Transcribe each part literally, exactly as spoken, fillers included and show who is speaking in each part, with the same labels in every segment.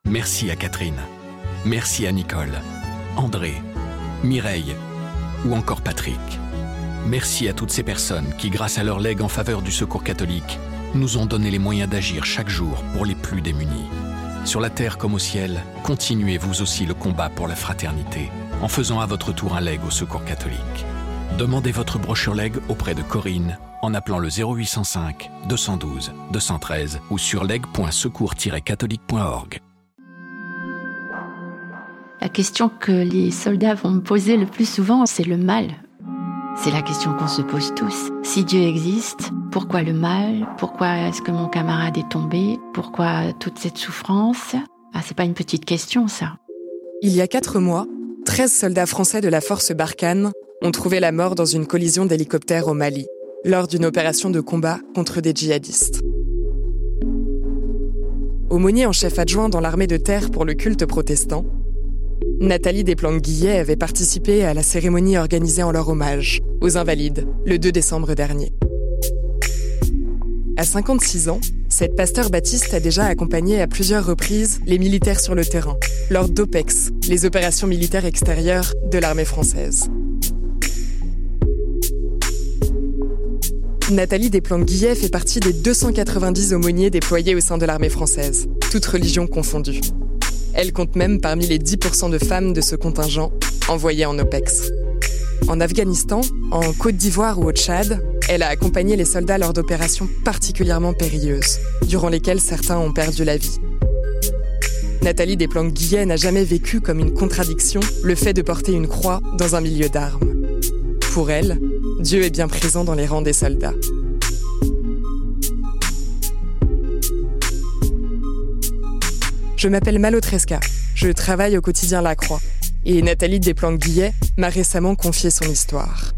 Speaker 1: Merci à Catherine. Merci à Nicole, André, Mireille ou encore Patrick. Merci à toutes ces personnes qui, grâce à leur legs en faveur du Secours catholique, nous ont donné les moyens d'agir chaque jour pour les plus démunis. Sur la terre comme au ciel, continuez vous aussi le combat pour la fraternité en faisant à votre tour un leg au Secours catholique. Demandez votre brochure leg auprès de Corinne en appelant le zéro huit cent cinq, deux cent douze, deux cent treize ou sur leg point secours tiret catholique point org.
Speaker 2: La question que les soldats vont me poser le plus souvent, c'est le mal. C'est la question qu'on se pose tous. Si Dieu existe, pourquoi le mal ? Pourquoi est-ce que mon camarade est tombé ? Pourquoi toute cette souffrance ? Ah, c'est pas une petite question, ça.
Speaker 3: Il y a quatre mois, treize soldats français de la force Barkhane ont trouvé la mort dans une collision d'hélicoptères au Mali, lors d'une opération de combat contre des djihadistes. Aumônier en chef adjoint dans l'armée de terre pour le culte protestant, Nathalie Desplanques-Guillet avait participé à la cérémonie organisée en leur hommage, aux Invalides, le deux décembre dernier. À cinquante-six ans, cette pasteur baptiste a déjà accompagné à plusieurs reprises les militaires sur le terrain, lors d'O P E X, les opérations militaires extérieures de l'armée française. Nathalie Desplanques-Guillet fait partie des deux cent quatre-vingt-dix aumôniers déployés au sein de l'armée française, toutes religions confondues. Elle compte même parmi les dix pour cent de femmes de ce contingent envoyées en O P E X. En Afghanistan, en Côte d'Ivoire ou au Tchad, elle a accompagné les soldats lors d'opérations particulièrement périlleuses, durant lesquelles certains ont perdu la vie. Nathalie Desplanques-Guillet n'a jamais vécu comme une contradiction le fait de porter une croix dans un milieu d'armes. Pour elle, Dieu est bien présent dans les rangs des soldats. Je m'appelle Malo Tresca, je travaille au quotidien La Croix, et Nathalie Desplanques-Guillet m'a récemment confié son histoire.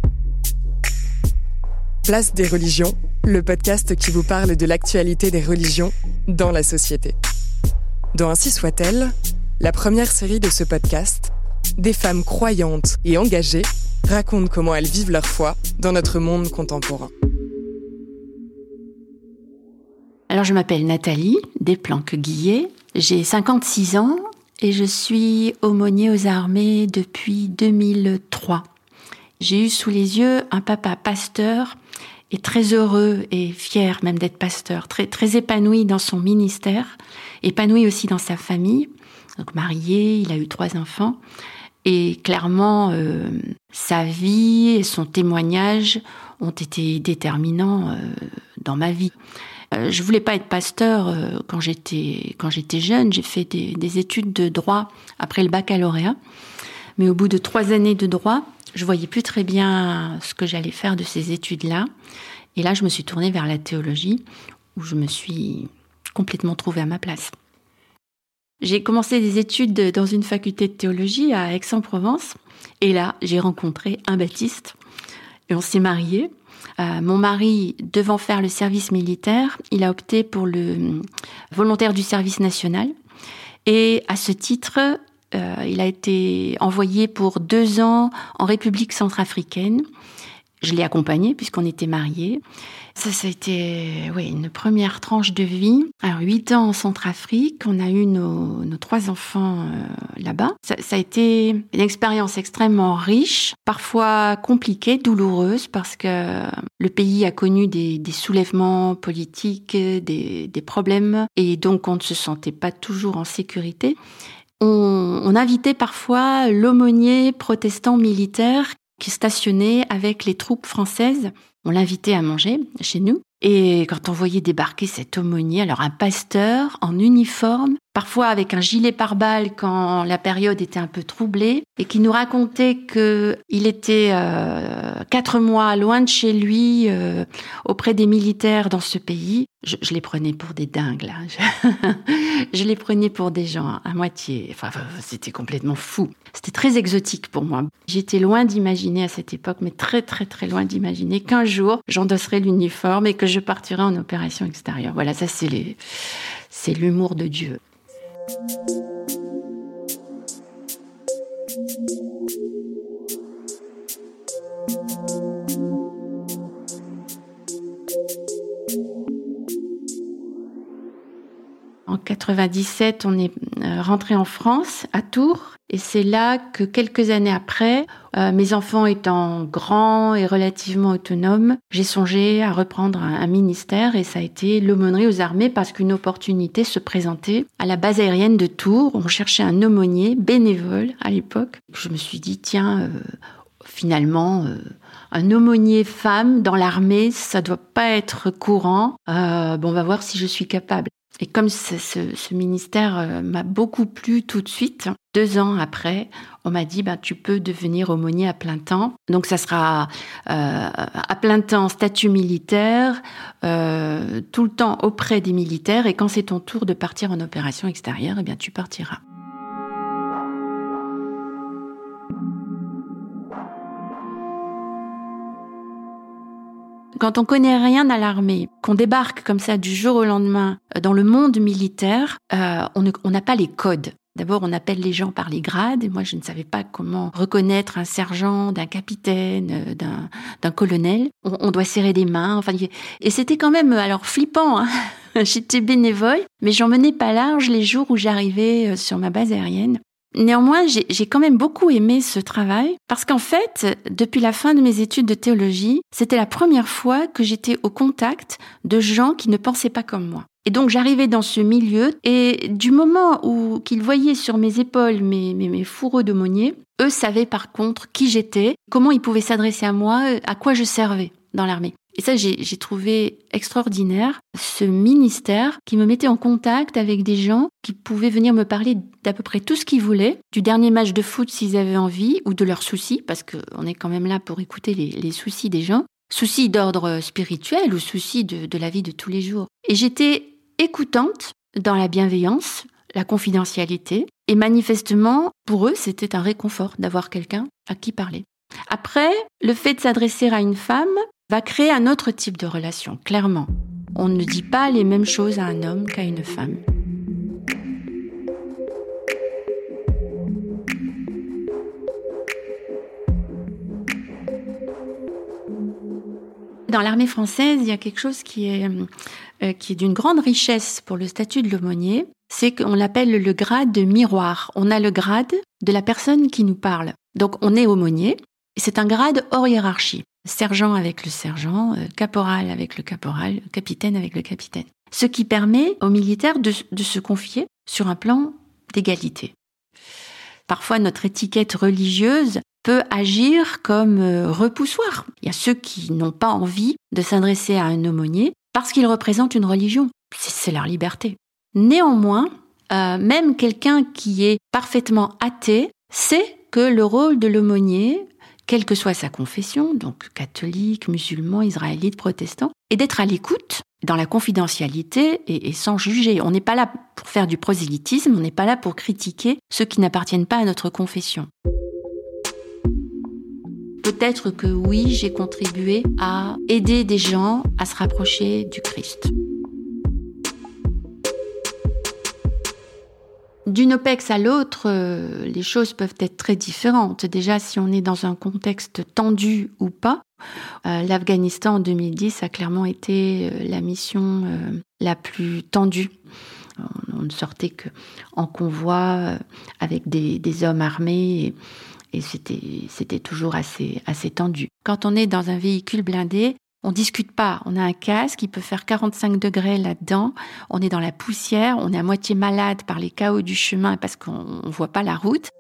Speaker 3: Place des religions, le podcast qui vous parle de l'actualité des religions dans la société. Dans Ainsi soit-elle, la première série de ce podcast, des femmes croyantes et engagées racontent comment elles vivent leur foi dans notre monde contemporain.
Speaker 2: Alors, je m'appelle Nathalie Desplanques-Guillet, j'ai cinquante-six ans et je suis aumônier aux armées depuis deux mille trois. J'ai eu sous les yeux un papa pasteur et très heureux et fier même d'être pasteur, très, très épanoui dans son ministère, épanoui aussi dans sa famille, donc marié, il a eu trois enfants. Et clairement, euh, sa vie et son témoignage ont été déterminants euh, dans ma vie. Euh, je voulais pas être pasteur euh, quand j'étais quand j'étais jeune. J'ai fait des, des études de droit après le baccalauréat, mais au bout de trois années de droit, je voyais plus très bien ce que j'allais faire de ces études-là. Et là, je me suis tournée vers la théologie, où je me suis complètement trouvée à ma place. J'ai commencé des études dans une faculté de théologie à Aix-en-Provence. Et là, j'ai rencontré un baptiste et on s'est mariés. Euh, mon mari, devant faire le service militaire, il a opté pour le volontaire du service national. Et à ce titre, euh, il a été envoyé pour deux ans en République centrafricaine. Je l'ai accompagné puisqu'on était mariés. Ça, ça a été oui, une première tranche de vie. Alors, huit ans en Centrafrique, on a eu nos, nos trois enfants euh, là-bas. Ça, ça a été une expérience extrêmement riche, parfois compliquée, douloureuse, parce que le pays a connu des, des soulèvements politiques, des, des problèmes, et donc on ne se sentait pas toujours en sécurité. On, on invitait parfois l'aumônier protestant militaire qui stationnait avec les troupes françaises. On l'invitait à manger chez nous. Et quand on voyait débarquer cet aumônier, alors un pasteur en uniforme, parfois avec un gilet pare-balles quand la période était un peu troublée, et qui nous racontait qu'il était euh, quatre mois loin de chez lui, euh, auprès des militaires dans ce pays. Je, je les prenais pour des dingues, là. Je, je les prenais pour des gens à moitié. Enfin, c'était complètement fou. C'était très exotique pour moi. J'étais loin d'imaginer à cette époque, mais très, très, très loin d'imaginer qu'un jour, j'endosserais l'uniforme et que je partirai en opération extérieure. Voilà, ça, c'est, les... c'est l'humour de Dieu. En quatre-vingt-dix-sept, on est rentré en France, à Tours. Et c'est là que quelques années après, euh, mes enfants étant grands et relativement autonomes, j'ai songé à reprendre un, un ministère et ça a été l'aumônerie aux armées parce qu'une opportunité se présentait à la base aérienne de Tours. On cherchait un aumônier bénévole à l'époque. Je me suis dit, tiens, euh, finalement, euh, un aumônier femme dans l'armée, ça doit pas être courant. Euh, bon, on va voir si je suis capable. Et comme ce, ce, ce ministère euh, m'a beaucoup plu tout de suite, deux ans après, on m'a dit bah, « tu peux devenir aumônier à plein temps ». Donc ça sera euh, à plein temps statut militaire, euh, tout le temps auprès des militaires. Et quand c'est ton tour de partir en opération extérieure, eh bien tu partiras. Quand on connaît rien à l'armée, qu'on débarque comme ça du jour au lendemain dans le monde militaire, euh, on ne, on n'a pas les codes. D'abord, on appelle les gens par les grades. Et moi, je ne savais pas comment reconnaître un sergent, d'un capitaine, d'un, d'un colonel. On, on doit serrer des mains. Enfin, et c'était quand même alors flippant. Hein. J'étais bénévole, mais j'en menais pas large les jours où j'arrivais sur ma base aérienne. Néanmoins, j'ai, j'ai quand même beaucoup aimé ce travail parce qu'en fait, depuis la fin de mes études de théologie, c'était la première fois que j'étais au contact de gens qui ne pensaient pas comme moi. Et donc, j'arrivais dans ce milieu et du moment où qu'ils voyaient sur mes épaules mes, mes, mes fourreaux d'aumônier, eux savaient par contre qui j'étais, comment ils pouvaient s'adresser à moi, à quoi je servais dans l'armée. Et ça, j'ai, j'ai trouvé extraordinaire ce ministère qui me mettait en contact avec des gens qui pouvaient venir me parler d'à peu près tout ce qu'ils voulaient, du dernier match de foot s'ils avaient envie, ou de leurs soucis, parce qu'on est quand même là pour écouter les, les soucis des gens, soucis d'ordre spirituel ou soucis de, de la vie de tous les jours. Et j'étais écoutante dans la bienveillance, la confidentialité, et manifestement, pour eux, c'était un réconfort d'avoir quelqu'un à qui parler. Après, le fait de s'adresser à une femme va créer un autre type de relation, clairement. On ne dit pas les mêmes choses à un homme qu'à une femme. Dans l'armée française, il y a quelque chose qui est, euh, qui est d'une grande richesse pour le statut de l'aumônier, c'est qu'on l'appelle le grade de miroir. On a le grade de la personne qui nous parle. Donc on est aumônier, et c'est un grade hors hiérarchie. Sergent avec le sergent, euh, caporal avec le caporal, capitaine avec le capitaine. Ce qui permet aux militaires de, de se confier sur un plan d'égalité. Parfois, notre étiquette religieuse peut agir comme euh, repoussoir. Il y a ceux qui n'ont pas envie de s'adresser à un aumônier parce qu'il représente une religion. C'est, c'est leur liberté. Néanmoins, euh, même quelqu'un qui est parfaitement athée sait que le rôle de l'aumônier, quelle que soit sa confession, donc catholique, musulman, israélite, protestant, et d'être à l'écoute, dans la confidentialité et, et sans juger. On n'est pas là pour faire du prosélytisme, on n'est pas là pour critiquer ceux qui n'appartiennent pas à notre confession. Peut-être que oui, j'ai contribué à aider des gens à se rapprocher du Christ. D'une O P E X à l'autre, euh, les choses peuvent être très différentes. Déjà, si on est dans un contexte tendu ou pas, euh, l'Afghanistan en deux mille dix a clairement été euh, la mission euh, la plus tendue. On, on ne sortait qu'en convoi euh, avec des, des hommes armés et, et c'était, c'était toujours assez, assez tendu. Quand on est dans un véhicule blindé, on discute pas, on a un casque, il peut faire quarante-cinq degrés là-dedans, on est dans la poussière, on est à moitié malade par les chaos du chemin parce qu'on ne voit pas la route.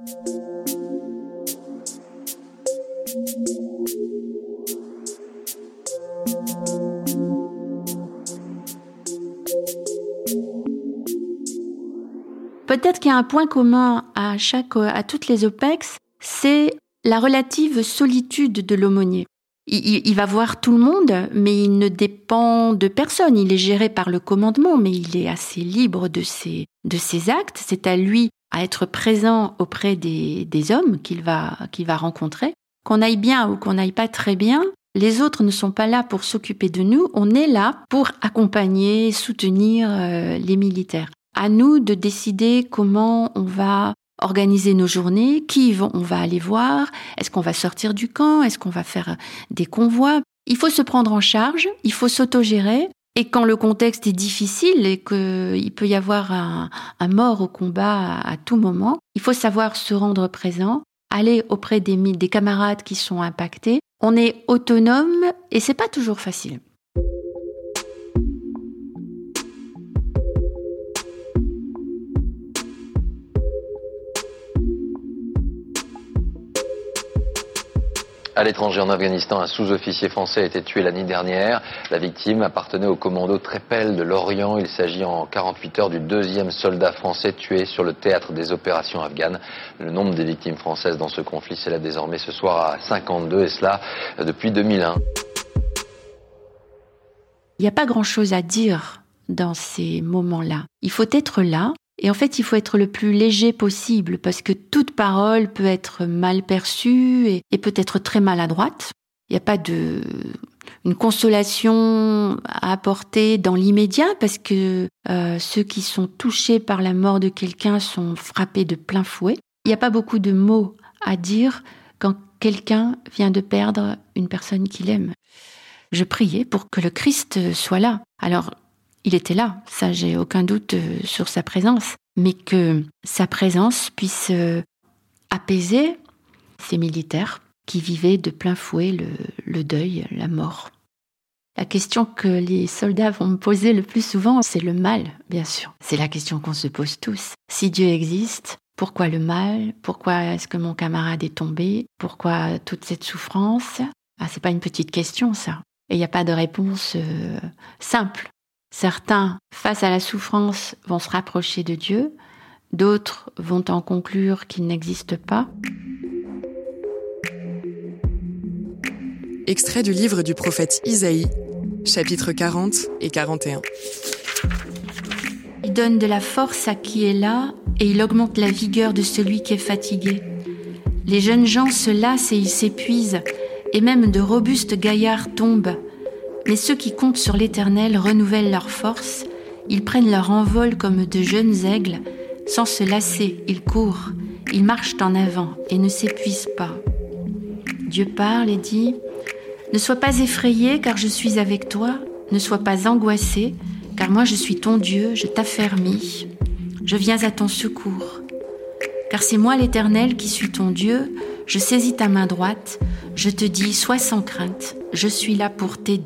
Speaker 2: Peut-être qu'il y a un point commun à, chaque, à toutes les O P E X, c'est la relative solitude de l'aumônier. Il, il va voir tout le monde, mais il ne dépend de personne. Il est géré par le commandement, mais il est assez libre de ses, de ses actes. C'est à lui à être présent auprès des, des hommes qu'il va, qu'il va rencontrer. Qu'on aille bien ou qu'on n'aille pas très bien, les autres ne sont pas là pour s'occuper de nous. On est là pour accompagner, soutenir euh, les militaires. À nous de décider comment on va organiser nos journées, qui on va aller voir, est-ce qu'on va sortir du camp, est-ce qu'on va faire des convois. Il faut se prendre en charge, il faut s'autogérer Et quand le contexte est difficile et qu'il peut y avoir un, un mort au combat à, à tout moment, il faut savoir se rendre présent, aller auprès des, des camarades qui sont impactés. On est autonome et c'est pas toujours facile.
Speaker 4: À l'étranger, en Afghanistan, un sous-officier français a été tué la nuit dernière. La victime appartenait au commando Trépel de l'Orient. Il s'agit en quarante-huit heures du deuxième soldat français tué sur le théâtre des opérations afghanes. Le nombre des victimes françaises dans ce conflit s'élève désormais ce soir à cinquante-deux, et cela depuis deux mille un.
Speaker 2: Il n'y a pas grand-chose à dire dans ces moments-là. Il faut être là. Et en fait, il faut être le plus léger possible parce que toute parole peut être mal perçue et, et peut être très maladroite. Il n'y a pas de une consolation à apporter dans l'immédiat parce que euh, ceux qui sont touchés par la mort de quelqu'un sont frappés de plein fouet. Il n'y a pas beaucoup de mots à dire quand quelqu'un vient de perdre une personne qu'il aime. Je priais pour que le Christ soit là. Alors, il était là, ça j'ai aucun doute sur sa présence, mais que sa présence puisse apaiser ces militaires qui vivaient de plein fouet le, le deuil, la mort. La question que les soldats vont me poser le plus souvent, c'est le mal, bien sûr. C'est la question qu'on se pose tous. Si Dieu existe, pourquoi le mal ? Pourquoi est-ce que mon camarade est tombé ? Pourquoi toute cette souffrance ? Ah, c'est pas une petite question, ça. Et il n'y a pas de réponse euh, simple. Certains, face à la souffrance, vont se rapprocher de Dieu, d'autres vont en conclure qu'il n'existe pas.
Speaker 3: Extrait du livre du prophète Isaïe, chapitres quarante et quarante et un.
Speaker 2: Il donne de la force à qui est là et il augmente la vigueur de celui qui est fatigué. Les jeunes gens se lassent et ils s'épuisent, et même de robustes gaillards tombent. Mais ceux qui comptent sur l'Éternel renouvellent leur force, ils prennent leur envol comme de jeunes aigles, sans se lasser, ils courent, ils marchent en avant et ne s'épuisent pas. Dieu parle et dit « Ne sois pas effrayé car je suis avec toi, ne sois pas angoissé car moi je suis ton Dieu, je t'affermis, je viens à ton secours. Car c'est moi l'Éternel qui suis ton Dieu, je saisis ta main droite, je te dis sois sans crainte, je suis là pour t'aider. »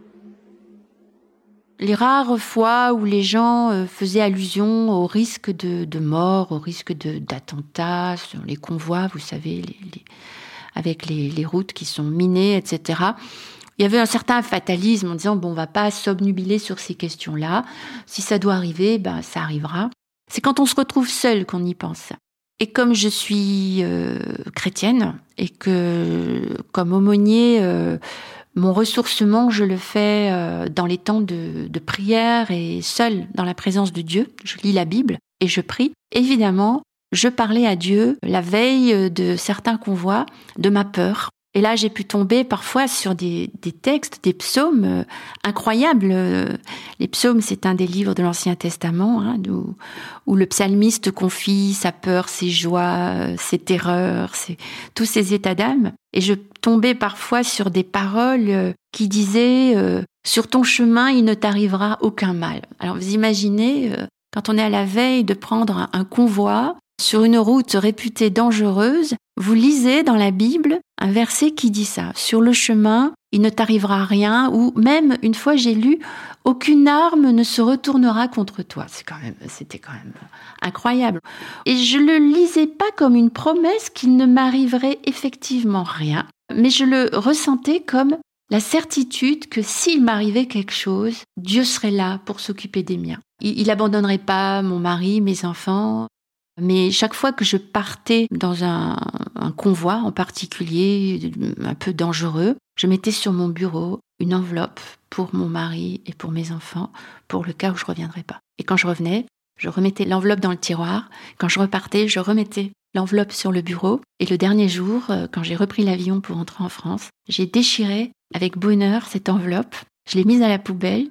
Speaker 2: Les rares fois où les gens faisaient allusion au risque de, de mort, au risque de, d'attentats sur les convois, vous savez, les, les, avec les, les routes qui sont minées, et cetera. Il y avait un certain fatalisme en disant bon, on ne va pas s'obnubiler sur ces questions-là. Si ça doit arriver, ben, ça arrivera. C'est quand on se retrouve seul qu'on y pense. Et comme je suis euh, chrétienne et que comme aumônier, euh, mon ressourcement, je le fais euh, dans les temps de, de prière et seul dans la présence de Dieu. Je lis la Bible et je prie. Évidemment, je parlais à Dieu la veille de certains convois de ma peur. Et là, j'ai pu tomber parfois sur des, des textes, des psaumes euh, incroyables. Les psaumes, c'est un des livres de l'Ancien Testament, hein, où, où le psalmiste confie sa peur, ses joies, ses terreurs, ses, tous ses états d'âme. Et je tombais parfois sur des paroles qui disaient euh, « Sur ton chemin, il ne t'arrivera aucun mal ». Alors vous imaginez, euh, quand on est à la veille de prendre un, un convoi sur une route réputée dangereuse, vous lisez dans la Bible un verset qui dit ça. Sur le chemin, il ne t'arrivera rien, ou même, une fois j'ai lu, aucune arme ne se retournera contre toi. C'est quand même, c'était quand même incroyable. Et je le lisais pas comme une promesse qu'il ne m'arriverait effectivement rien, mais je le ressentais comme la certitude que s'il m'arrivait quelque chose, Dieu serait là pour s'occuper des miens. Il, il abandonnerait pas mon mari, mes enfants. Mais chaque fois que je partais dans un, un convoi en particulier, un peu dangereux, je mettais sur mon bureau une enveloppe pour mon mari et pour mes enfants, pour le cas où je ne reviendrais pas. Et quand je revenais, je remettais l'enveloppe dans le tiroir. Quand je repartais, je remettais l'enveloppe sur le bureau. Et le dernier jour, quand j'ai repris l'avion pour rentrer en France, j'ai déchiré avec bonheur cette enveloppe. Je l'ai mise à la poubelle.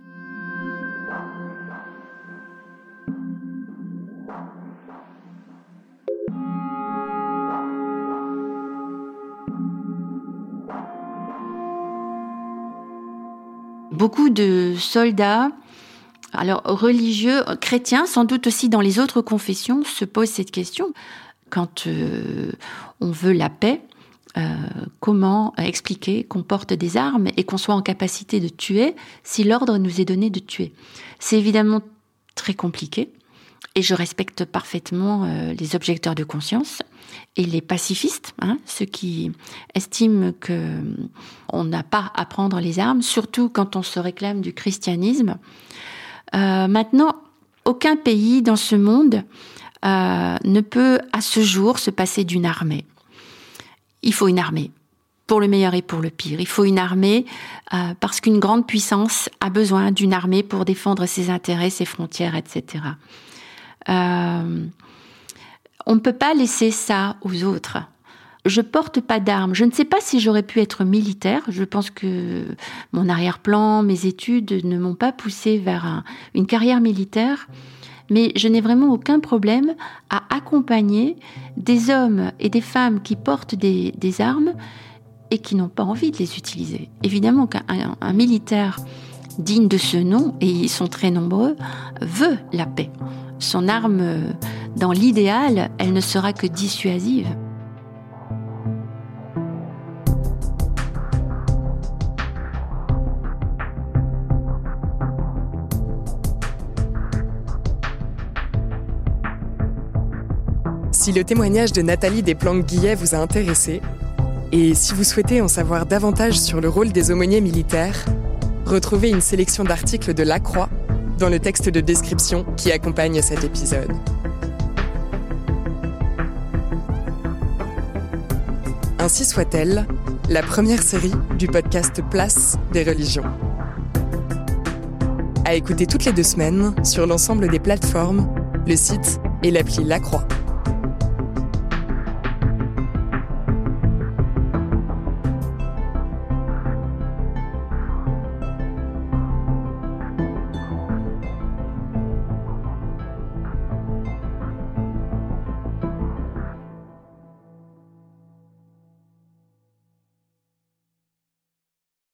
Speaker 2: beaucoup de soldats, alors religieux, chrétiens, sans doute aussi dans les autres confessions, se posent cette question. Quand euh, on veut la paix, euh, comment expliquer qu'on porte des armes et qu'on soit en capacité de tuer si l'ordre nous est donné de tuer ? C'est évidemment très compliqué et je respecte parfaitement euh, les objecteurs de conscience et les pacifistes, hein, ceux qui estiment qu'on n'a pas à prendre les armes, surtout quand on se réclame du christianisme. Euh, maintenant, aucun pays dans ce monde euh, ne peut à ce jour se passer d'une armée. Il faut une armée, pour le meilleur et pour le pire. Il faut une armée euh, parce qu'une grande puissance a besoin d'une armée pour défendre ses intérêts, ses frontières, et cetera. Euh, on ne peut pas laisser ça aux autres. Je porte pas d'armes. Je ne sais pas si j'aurais pu être militaire. Je pense que mon arrière-plan, mes études ne m'ont pas poussée vers un, une carrière militaire. Mais je n'ai vraiment aucun problème à accompagner des hommes et des femmes qui portent des, des armes et qui n'ont pas envie de les utiliser. Évidemment qu'un un, un militaire digne de ce nom, et ils sont très nombreux, veut la paix. Son arme, dans l'idéal, elle ne sera que dissuasive.
Speaker 3: Si le témoignage de Nathalie Desplanques-Guillet vous a intéressé, et si vous souhaitez en savoir davantage sur le rôle des aumôniers militaires, retrouvez une sélection d'articles de La Croix dans le texte de description qui accompagne cet épisode. Ainsi soit-elle, la première série du podcast Place des religions. À écouter toutes les deux semaines sur l'ensemble des plateformes, le site et l'appli La Croix.